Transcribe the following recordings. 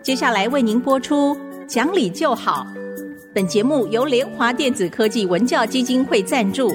接下来为您播出讲理就好。本节目由联华电子科技文教基金会赞助。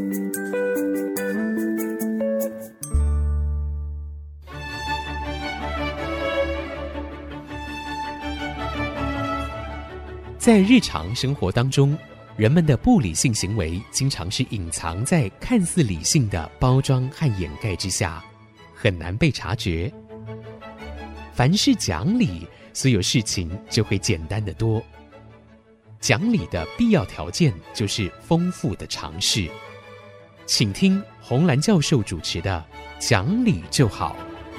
在日常生活当中，人们的不理性行为经常是隐藏在看似理性的包装和掩盖之下，很难被察觉。凡是讲理，所有事情就会简单得多。讲理的必要条件就是丰富的常识。请听洪兰教授主持的《讲理就好》。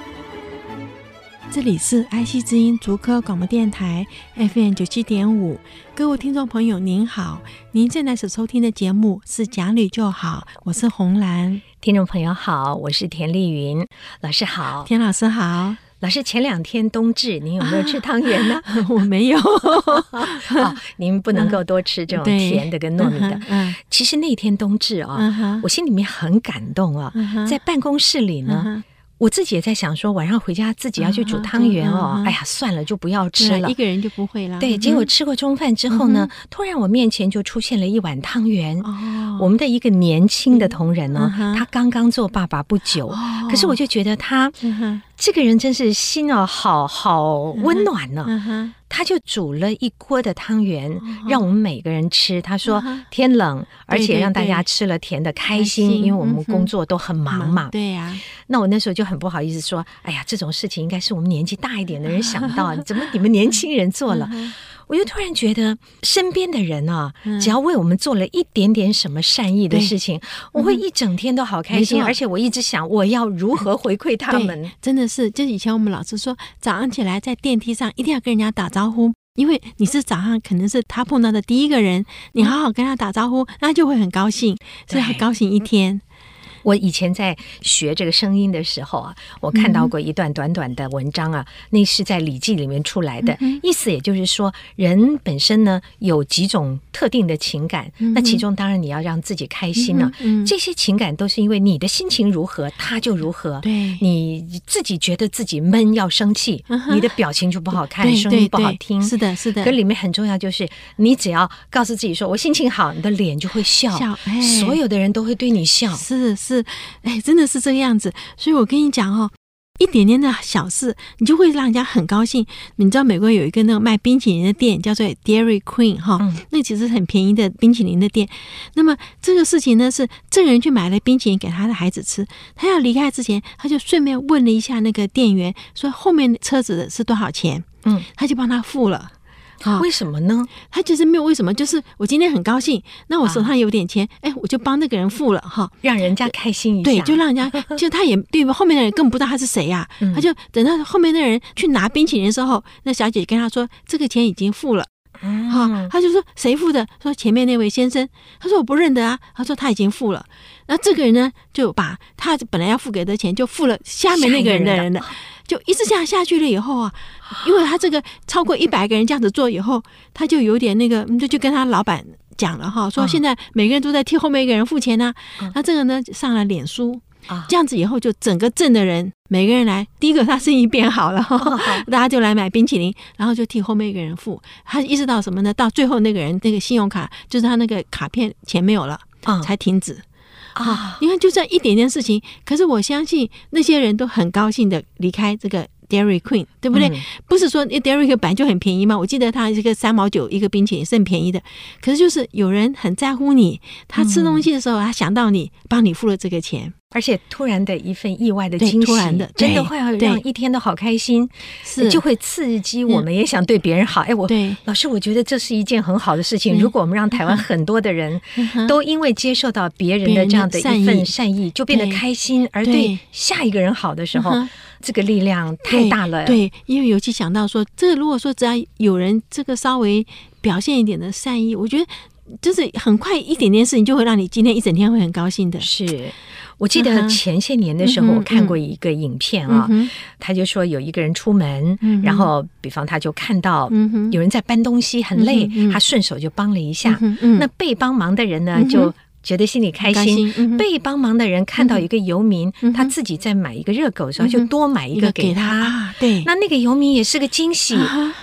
这里是爱惜之音竹科广播电台 FM 97.5，各位听众朋友您好，您现在所收听的节目是讲理就好，我是洪兰。 听众朋友好，我是田丽云。老师好。 田老师好。 老师，前2天冬至，您有没有吃汤圆呢？ 我没有。 您不能够多吃这种甜的跟糯米的。其实那天冬至我心里面很感动在办公室里呢，我自己也在想说，晚上回家自己要去煮汤圆哎呀，算了，就不要吃了， 一个人就不会了。 对，结果吃过中饭之后呢，突然我面前就出现了一碗汤圆。我们的一个年轻的同仁他刚刚做爸爸不久，可是我就觉得他这个人真是心好温暖呢。他就煮了一锅的汤圆，让我们每个人吃。他说天冷，而且让大家吃了甜的开心，因为我们工作都很忙嘛。 对呀。 那我那时候就很不好意思说，哎呀，这种事情应该是我们年纪大一点的人想到，怎么你们年轻人做了？我就突然觉得身边的人只要为我们做了一点点什么善意的事情，我会一整天都好开心，而且我一直想我要如何回馈他们。 真的是，就是以前我们老师说，早上起来在电梯上一定要跟人家打招呼，因为你是早上可能是他碰到的第一个人，你好好跟他打招呼，那就会很高兴，所以很高兴一天。 我以前在学这个声音的时候我看到过一段短短的文章那是在《礼记》里面出来的，意思也就是说，人本身呢有几种特定的情感，那其中当然你要让自己开心这些情感都是因为你的心情如何，它就如何。 对， 你自己觉得自己闷要生气，你的表情就不好看，声音不好听。是的，是的。可里面很重要就是，你只要告诉自己说我心情好，你的脸就会笑，所有的人都会对你笑。 是，真的是这个样子。所以我跟你讲一点点的小事，你就会让人家很高兴。你知道美国有一个那个卖冰淇淋的店，叫做 Dairy Queen 那其实很便宜的冰淇淋的店。那么这个事情呢，是这个人去买了冰淇淋给他的孩子吃，他要离开之前，他就顺便问了一下那个店员，说后面车子的是多少钱？他就帮他付了。 为什么呢？ 他其实没有为什么，就是我今天很高兴，那我手上有点钱，我就帮那个人付了让人家开心一下。 对，就让人家就他也对后面的人更不知道他是谁呀，他就等到后面的人去拿冰淇淋的时候，那小姐跟他说这个钱已经付了。他就说谁付的？说前面那位先生。他说我不认得啊。他说他已经付了。那这个人呢，就把他本来要付给的钱就付了下面那个人的人的。就一直这样下去了以后因为他这个超过100个人这样子做以后，他就有点那个，就跟他老板讲了说现在每个人都在替后面一个人付钱那这个呢上了脸书。这样子以后就整个镇的人每个人来，第一个他生意变好了大家就来买冰淇淋，然后就替后面一个人付。他意识到什么呢？到最后那个人那个信用卡就是他那个卡片钱没有了才停止。你看就这一点点事情，可是我相信那些人都很高兴的离开这个 Dairy Queen， 对不对？不是说 Dairy Queen 本来就很便宜吗？我记得它这个3毛9一个冰淇淋是很便宜的，可是就是有人很在乎你，他吃东西的时候他想到你，帮你付了这个钱。 而且突然的一份意外的惊喜， 突然的真的会让一天都好开心，就会刺激我们也想对别人好。老师，我觉得这是一件很好的事情。如果我们让台湾很多的人都因为接受到别人的这样的一份善意，就变得开心，而对下一个人好的时候，这个力量太大了。 对，因为尤其想到说，这个如果说只要有人这个稍微表现一点的善意，我觉得就是很快一点点事情就会让你今天一整天会很高兴的。 是。我记得前些年的时候，我看过一个影片他就说有一个人出门，然后比方他就看到有人在搬东西很累，他顺手就帮了一下，那被帮忙的人呢就觉得心里开心，被帮忙的人看到一个游民他自己在买一个热狗的时候就多买一个给他， 对， 那个游民也是个惊喜，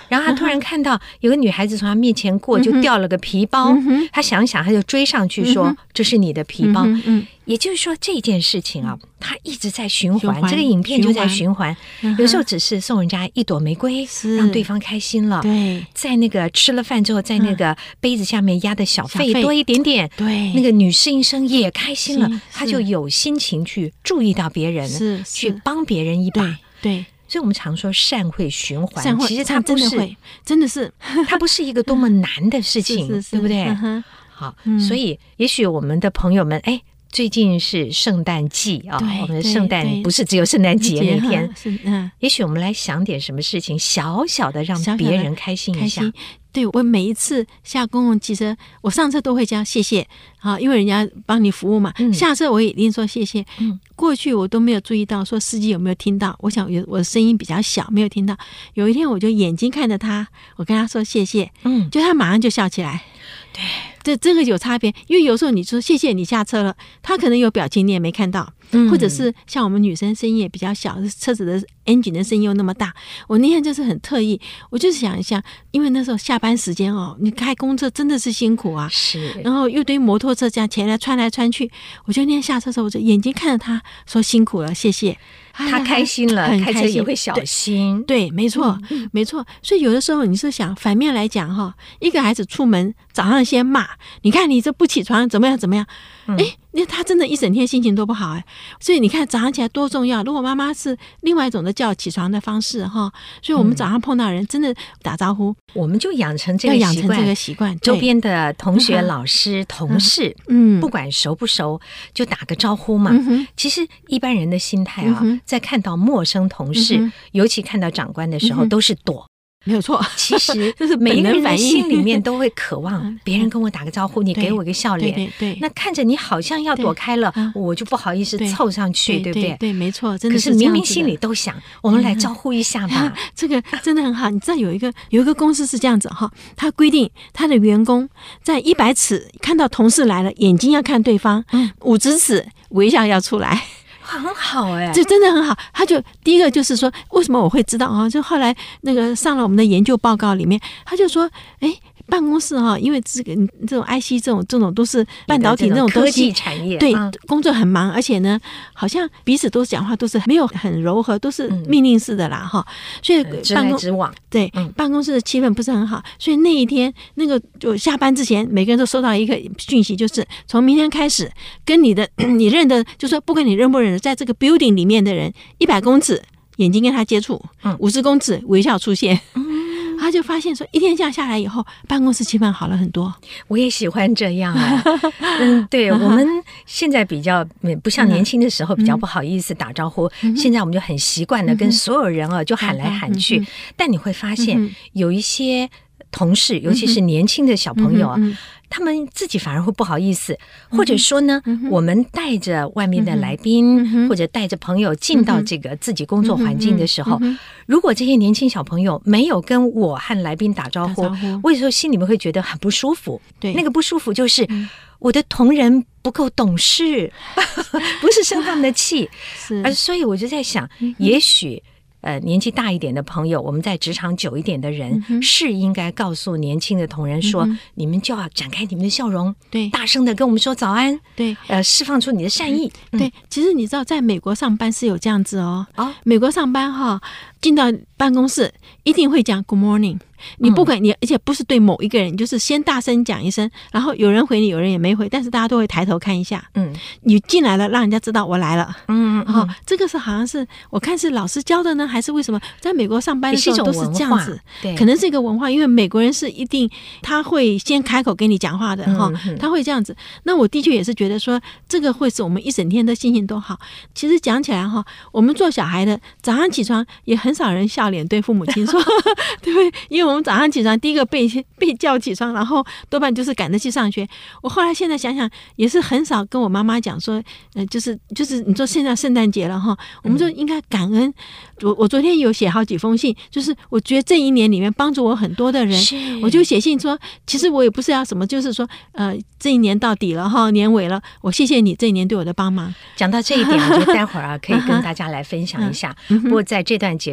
然后他突然看到有个女孩子从他面前过，就掉了个皮包，他想想他就追上去说这是你的皮包。也就是说这件事情啊，他一直在循环，这个影片就在循环。有时候只是送人家一朵玫瑰，让对方开心了。 对， 在那个吃了饭之后，在那个杯子下面压的小费多一点点， 对， 那个女侍应生也开心了，他就有心情去注意到别人，去帮别人一把。 对。 所以我们常说善会循环，其实它不是真的是它不是一个多么难的事情，对不对？好，所以也许我们的朋友们，最近是圣诞季啊，我们的圣诞不是只有圣诞节那天，也许我们来想点什么事情，小小的让别人开心一下。 对，我每一次下公共汽车，我上车都会讲谢谢啊，因为人家帮你服务嘛。下车我也一定说谢谢。过去我都没有注意到说司机有没有听到，我想我的声音比较小，没有听到。有一天我就眼睛看着他，我跟他说谢谢，就他马上就笑起来。对，这个有差别，因为有时候你说谢谢你下车了，他可能有表情你也没看到，或者是像我们女生声音也比较小，车子的 engine 的声音又那么大。我那天就是很特意，我就是想一下，因为那时候下班时间你开公车真的是辛苦啊， 是， 然后又对摩托车这样前来穿去，我就那天下车的时候，我就眼睛看着他说辛苦了，谢谢。 他开心了，开车也会小心。 对，没错，没错。所以有的时候你是想反面来讲一个孩子出门早上先骂，你看你这不起床怎么样怎么样，那他真的一整天心情都不好所以你看早上起来多重要。如果妈妈是另外一种的叫起床的方式所以我们早上碰到人真的打招呼， 我们就养成这个习惯。周边的同学、老师、同事，不管熟不熟，就打个招呼嘛。其实一般人的心态在看到陌生同事，尤其看到长官的时候，都是躲。 没有错， 其实这是每一个人的心里面都会渴望别人跟我打个招呼，你给我个笑脸。 对， 那看着你好像要躲开了，我就不好意思凑上去，对不对？ 对，没错，真的是。可是明明心里都想，我们来招呼一下吧。 这个真的很好。你知道有一个公司是这样子他规定他的员工在100尺看到同事来了，眼睛要看对方，50尺微笑要出来。 很好这真的很好。他就第一个就是说，为什么我会知道就后来那个上了我们的研究报告里面，他就说，办公室因为这种 IC 这种都是半导体这种科技产业， 对，工作很忙，而且呢，好像彼此都讲话都是没有很柔和，都是命令式的啦所以直来直往， 对，办公室的气氛不是很好。所以那一天那个就下班之前，每个人都收到一个讯息，就是从明天开始，跟你认的，就是说不管你认不认得，在这个 building 里面的人100公尺眼睛跟他接触，50公尺微笑出现。他就发现说，一天这样下来以后，办公室气氛好了很多。 我也喜欢这样对，我们现在比较不像年轻的时候比较不好意思打招呼，现在我们就很习惯的跟所有人就喊来喊去。但你会发现有一些同事，尤其是年轻的小朋友他们自己反而会不好意思，或者说呢，我们带着外面的来宾，或者带着朋友进到这个自己工作环境的时候，如果这些年轻小朋友没有跟我和来宾打招呼，我有时候心里面会觉得很不舒服。对，那个不舒服就是我的同仁不够懂事，不是生他们的气，所以我就在想，也许年纪大一点的朋友，我们在职场久一点的人，是应该告诉年轻的同仁说，你们就要展开你们的笑容，对，大声的跟我们说早安，对，释放出你的善意。 对，其实你知道，在美国上班是有这样子美国上班进到办公室一定会讲 Good morning。你不管你，而且不是对某一个人，就是先大声讲一声，然后有人回你，有人也没回，但是大家都会抬头看一下。你进来了，让人家知道我来了。这个是好像是我看是老师教的呢，还是为什么？在美国上班的时候都是这样子，可能是一个文化，因为美国人是一定他会先开口跟你讲话的他会这样子。那我的确也是觉得说，这个会使我们一整天的心情都好。其实讲起来我们做小孩的早上起床也很少人笑脸对父母亲说，对不对？因为我们早上起床第一个被叫起床，然后多半就是赶着去上学。我后来现在想想，也是很少跟我妈妈讲说，就是你说现在圣诞节了我们就应该感恩。我昨天有写好几封信，就是我觉得这一年里面帮助我很多的人，我就写信说，其实我也不是要什么，就是说这一年到底了年尾了，我谢谢你这一年对我的帮忙。 讲到这一点，我觉得待会儿可以跟大家来分享一下。不过在这段结束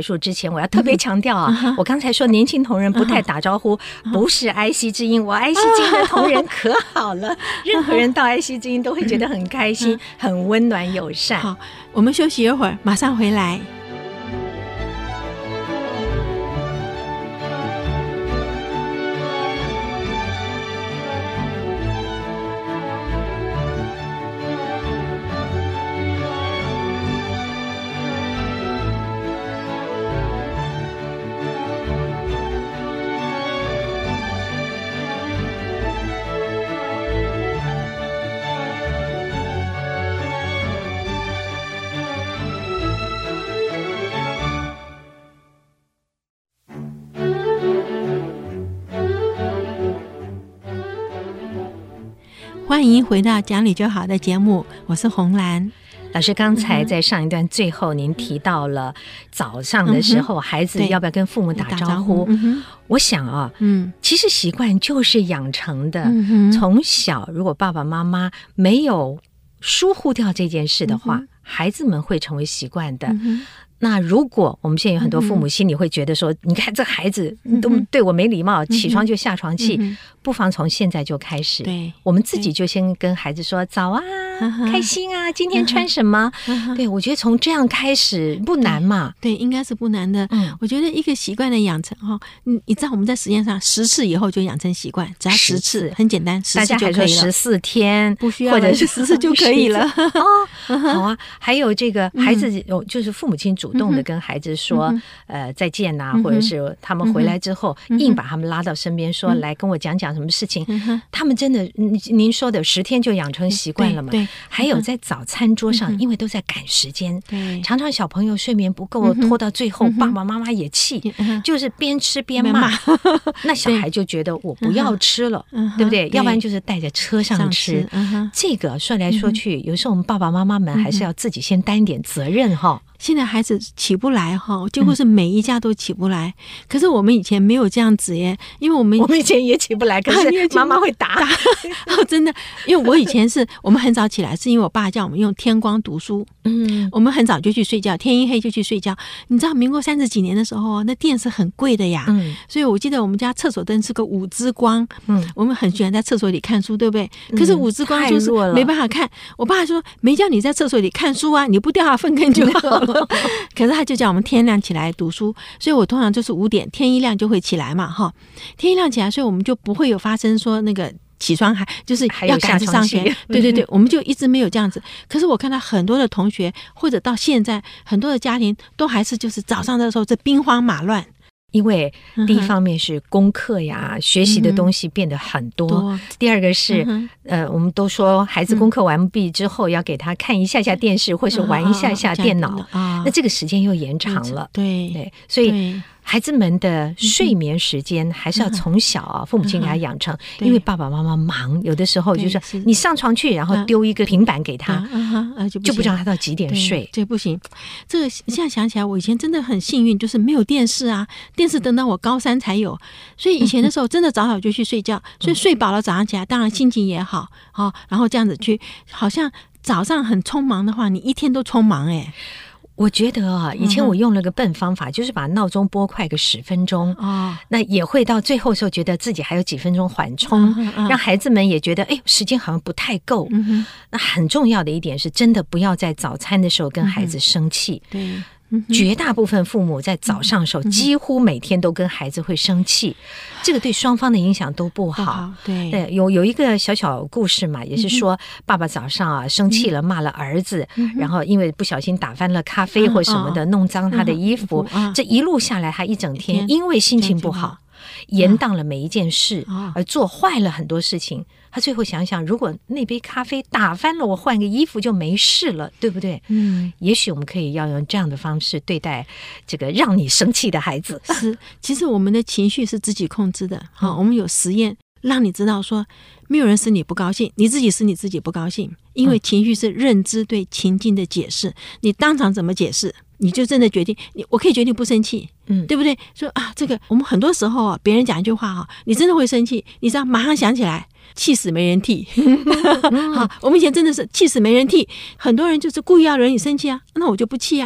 束之前，我要特别强调啊，我刚才说年轻同仁不太打招呼，不是爱惜之音，我爱惜之音的同仁可好了，任何人到爱惜之音都会觉得很开心，很温暖友善。 好，我们休息一会儿，马上回来。欢迎回到讲理就好的节目，我是洪兰老师。刚才在上一段最后您提到了早上的时候孩子要不要跟父母打招呼，我想啊，其实习惯就是养成的，从小如果爸爸妈妈没有疏忽掉这件事的话，孩子们会成为习惯的。那如果我们现在有很多父母心里会觉得说，你看这孩子都对我没礼貌，起床就下床气，不妨从现在就开始，对，我们自己就先跟孩子说早啊，开心啊，今天穿什么？对，我觉得从这样开始不难嘛。 对，应该是不难的。我觉得一个习惯的养成你知道我们在实验上10次以后就养成习惯，只要10次，很简单，10次就可以了。 14天不需要，或者是10次就可以了。 好啊，还有这个孩子就是父母亲主动的跟孩子说再见啊，或者是他们回来之后硬把他们拉到身边说来跟我讲讲什么事情，他们真的您说的10天就养成习惯了嘛。对，还有在早餐桌上因为都在赶时间，常常小朋友睡眠不够拖到最后爸爸妈妈也气，就是边吃边骂，那小孩就觉得我不要吃了，对不对？要不然就是带着车上吃。这个说来说去有时候我们爸爸妈妈们还是要自己先担一点责任哈。 现在孩子起不来几乎是每一家都起不来，可是我们以前没有这样子耶，因为我们以前也起不来，可是妈妈会打真的，因为我以前是我们很早起来，是因为我爸叫我们用天光读书，我们很早就去睡觉，天一黑就去睡觉。你知道民国30几年的时候那电是很贵的呀，所以我记得我们家厕所灯是个5支光，我们很喜欢在厕所里看书，对不对？可是5支光就是没办法看，我爸说没叫你在厕所里看书啊，你不掉下粪坑就好了可是他就叫我们天亮起来读书，所以我通常就是5点天一亮就会起来嘛，天一亮起来，所以我们就不会有发生说那个起床就是要赶着上学，对，我们就一直没有这样子。可是我看到很多的同学或者到现在很多的家庭都还是就是早上的时候这兵荒马乱， 因为第一方面是功课呀，学习的东西变得很多，第二个是我们都说孩子功课完毕之后要给他看一下下电视或是玩一下下电脑，那这个时间又延长了，对，所以孩子们的睡眠时间还是要从小父母亲给他养成，因为爸爸妈妈忙，有的时候就是你上床去，然后丢一个平板给他，就不知道他到几点睡， 这不行。这个现在想起来，我以前真的很幸运，就是没有电视啊，电视等到我高3才有，所以以前的时候真的早早就去睡觉，所以睡饱了早上起来，当然心情也好，然后这样子去，好像早上很匆忙的话，你一天都匆忙我觉得以前我用了个笨方法，就是把闹钟拨快个10分钟，那也会到最后的时候觉得自己还有几分钟缓冲，让孩子们也觉得时间好像不太够。那很重要的一点是，真的不要在早餐的时候跟孩子生气。对。绝大部分父母在早上的时候几乎每天都跟孩子会生气，这个对双方的影响都不好。对，有一个小小故事嘛，也是说爸爸早上生气了，骂了儿子，然后因为不小心打翻了咖啡或什么的，弄脏他的衣服，这一路下来他一整天因为心情不好延宕了每一件事，而做坏了很多事情。他最后想想，如果那杯咖啡打翻了，我换个衣服就没事了，对不对？也许我们可以要用这样的方式对待这个让你生气的孩子。 是，其实我们的情绪是自己控制的。我们有实验让你知道说，没有人使你不高兴，你自己使你自己不高兴，因为情绪是认知对情境的解释，你当场怎么解释，你就真的决定。我可以决定不生气，对不对？说这个我们很多时候别人讲一句话你真的会生气，你知道马上想起来，气死没人替我们以前真的是气死没人替，很多人就是故意要惹你生气那我就不气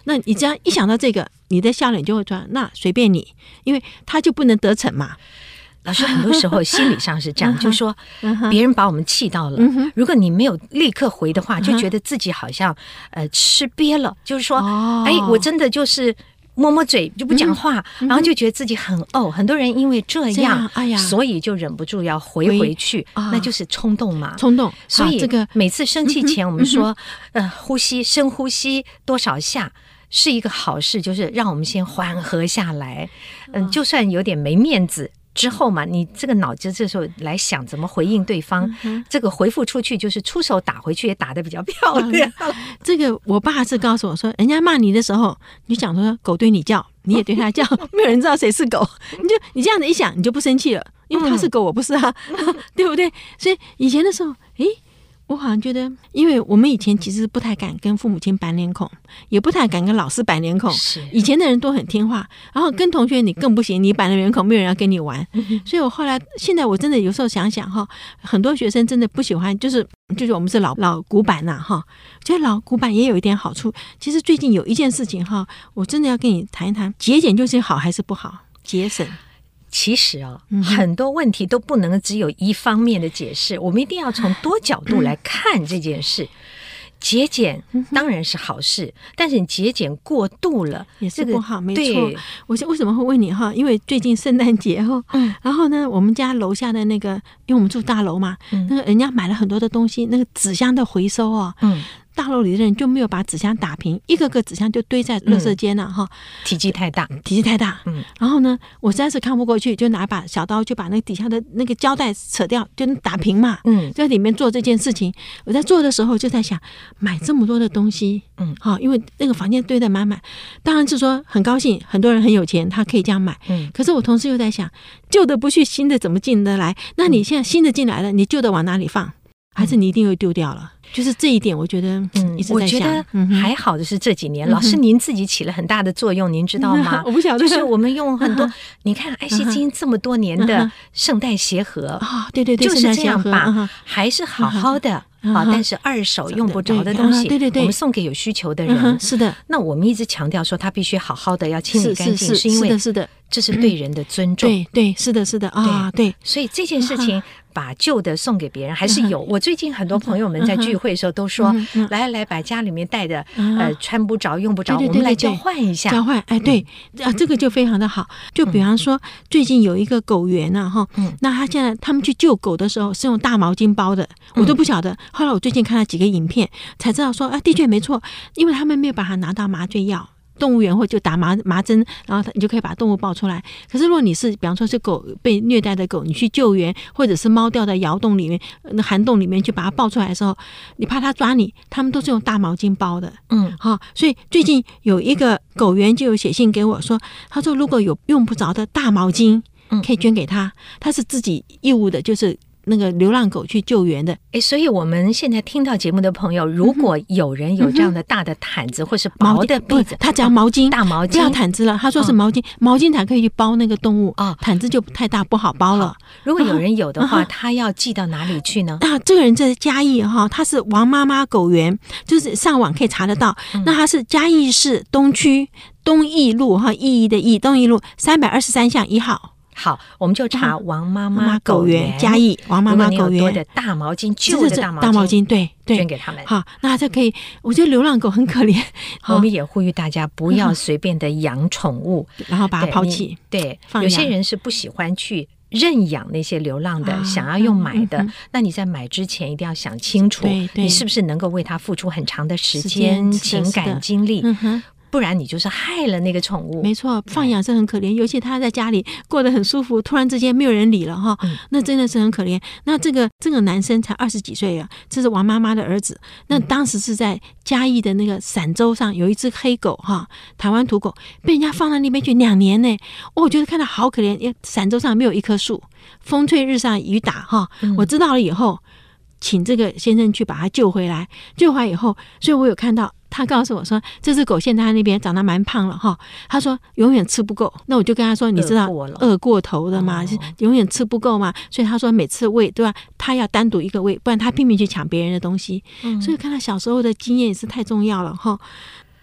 那你只要一想到这个，你的笑脸就会转，那随便你，因为他就不能得逞嘛。 老师很多时候心理上是这样，就是说别人把我们气到了，如果你没有立刻回的话，就觉得自己好像吃瘪了，就是说我真的就是摸摸嘴就不讲话，然后就觉得自己很很多人因为这样所以就忍不住要回去，那就是冲动嘛， 冲动。 所以这个每次生气前我们说呼吸，深呼吸多少下是一个好事，就是让我们先缓和下来。就算有点没面子之后嘛，你这个脑子这时候来想怎么回应对方，这个回复出去就是出手打回去也打得比较漂亮。 这个我爸是告诉我说，人家骂你的时候，你讲说狗对你叫，你也对他叫，没有人知道谁是狗，你这样子一想，你就不生气了，因为他是狗，我不是啊，对不对？所以以前的时候，我好像觉得，因为我们以前其实不太敢跟父母亲板脸孔，也不太敢跟老师板脸孔。以前的人都很听话，然后跟同学你更不行，你板了脸孔，没有人要跟你玩。所以我后来，现在我真的有时候想想哈，很多学生真的不喜欢，就是我们是老古板呐哈。觉得老古板也有一点好处。其实最近有一件事情哈，我真的要跟你谈一谈，节俭究竟好还是不好？节省。 其实很多问题都不能只有一方面的解释，我们一定要从多角度来看这件事。节俭当然是好事，但是你节俭过度了也是不好，没错。我为什么会问你哈？因为最近圣诞节哈，然后呢，我们家楼下的那个，因为我们住大楼嘛，那个人家买了很多的东西，那个纸箱的回收大楼里的人就没有把纸箱打平，一个个纸箱就堆在垃圾间了哈， 体积太大。 然后呢，我实在是看不过去，就拿把小刀就把那个底下的那个胶带扯掉，就打平嘛。在里面做这件事情，我在做的时候就在想，买这么多的东西，因为那个房间堆得满满，当然是说很高兴，很多人很有钱，他可以这样买。可是我同时又在想，旧的不去，新的怎么进得来？那你现在新的进来了，你旧的往哪里放？还是你一定会丢掉了？就是这一点，我觉得一直在想。我觉得还好的是这几年，老师您自己起了很大的作用，您知道吗？ 我不晓得， 就是我们用很多，你看爱惜金这么多年的圣诞鞋盒对， 就是这样把还是好好的。但是二手用不着的东西，我们送给有需求的人。 是的， 那我们一直强调说，他必须好好的要清理干净，是因为这是对人的尊重。 对，是的啊，对。 所以这件事情，把旧的送给别人还是有。我最近很多朋友们在聚会的时候都说，来把家里面带的穿不着用不着，我们来交换一下。 交换，对，这个就非常的好。就比方说，最近有一个狗园啊，哈，那他们去救狗的时候是用大毛巾包的，我都不晓得。后来我最近看了几个影片，才知道说的确没错，因为他们没有把它拿到麻醉药。动物园或就打麻针，然后你就可以把动物抱出来。可是如果你是比方说是狗被虐待的狗，你去救援，或者是猫掉在窑洞里面、涵洞里面去把它抱出来的时候，你怕它抓你，他们都是用大毛巾包的。所以最近有一个狗园就有写信给我说，他说如果有用不着的大毛巾，可以捐给他，他是自己义务的，就是那个流浪狗去救援的。 所以我们现在听到节目的朋友，如果有人有这样的大的毯子或是薄的被子， 他只要毛巾， 大毛巾， 不要毯子了。他说是毛巾，毛巾才可以去包那个动物毯子就太大不好包了。 如果有人有的话，他要寄到哪里去呢？ 这个人在嘉义哈，他是王妈妈狗园，就是上网可以查得到。那他是嘉义市东区东义路义的义东义路323巷1号。 好，我们就查王妈妈狗园嘉义王妈妈狗园。 多的大毛巾，旧的大毛巾， 对， 捐给他们。 好，那这可以。我觉得流浪狗很可怜， 我们也呼吁大家不要随便的养宠物， 然后把它抛弃。 对，有些人是不喜欢去认养那些流浪的，想要用买的。那你在买之前一定要想清楚，你是不是能够为它付出很长的时间、情感、精力。不然你就是害了那个宠物。 没错，放养是很可怜，尤其他在家里过得很舒服，突然之间没有人理了哈，那真的是很可怜。那这个男生才20几岁啊，这是王妈妈的儿子。那当时是在嘉义的那个伞洲上有一只黑狗哈，台湾土狗被人家放到那边去2年呢。我觉得看到好可怜，因为伞洲上没有一棵树，风吹日晒雨打哈。我知道了以后，请这个先生去把它救回来。救回来以后，所以我有看到。他告诉我说，这只狗现在他那边长得蛮胖了哈。他说永远吃不够，那我就跟他说，你知道饿过头的嘛，永远吃不够嘛。所以他说每次喂对吧，他要单独一个喂，不然他拼命去抢别人的东西。所以看他小时候的经验也是太重要了哈。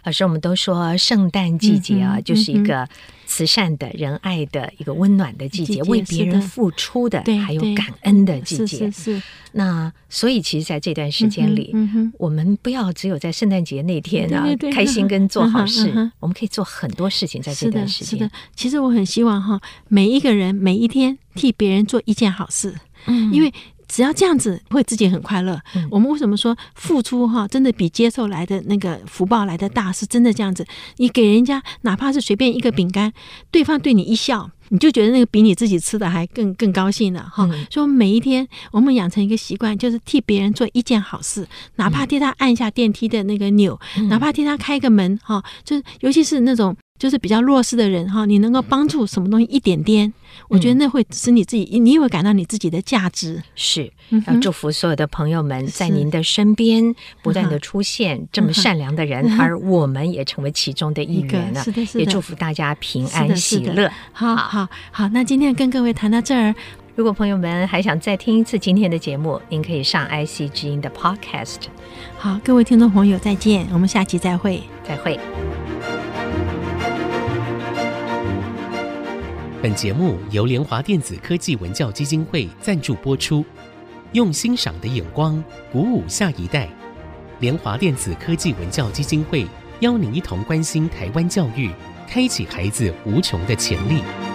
老师，我们都说圣诞季节啊，就是一个慈善的、仁爱的一个温暖的季节，为别人付出的，还有感恩的季节。 是。 那所以其实在这段时间里，我们不要只有在圣诞节那天啊开心跟做好事，我们可以做很多事情在这段时间。 是的，其实我很希望哈，每一个人每一天替别人做一件好事，因为只要这样子会自己很快乐。我们为什么说付出哈，真的比接受来的那个福报来的大？是真的这样子。你给人家哪怕是随便一个饼干，对方对你一笑，你就觉得那个比你自己吃的还更高兴了哈。所以每一天我们养成一个习惯，就是替别人做一件好事，哪怕替他按一下电梯的那个钮，哪怕替他开个门哈，就是尤其是那种就是比较弱势的人哈，你能够帮助什么东西一点点，我觉得那会使你自己，你也会感到你自己的价值。 是，要祝福所有的朋友们在您的身边不断的出现这么善良的人，而我们也成为其中的一员了。 是的， 也祝福大家平安喜乐。 好，那今天跟各位谈到这儿。 如果朋友们还想再听一次今天的节目，您可以上 IC 之音的 Podcast。 好，各位听众朋友再见，我们下期再会。 本节目由联华电子科技文教基金会赞助播出，用欣赏的眼光鼓舞下一代。联华电子科技文教基金会邀您一同关心台湾教育，开启孩子无穷的潜力。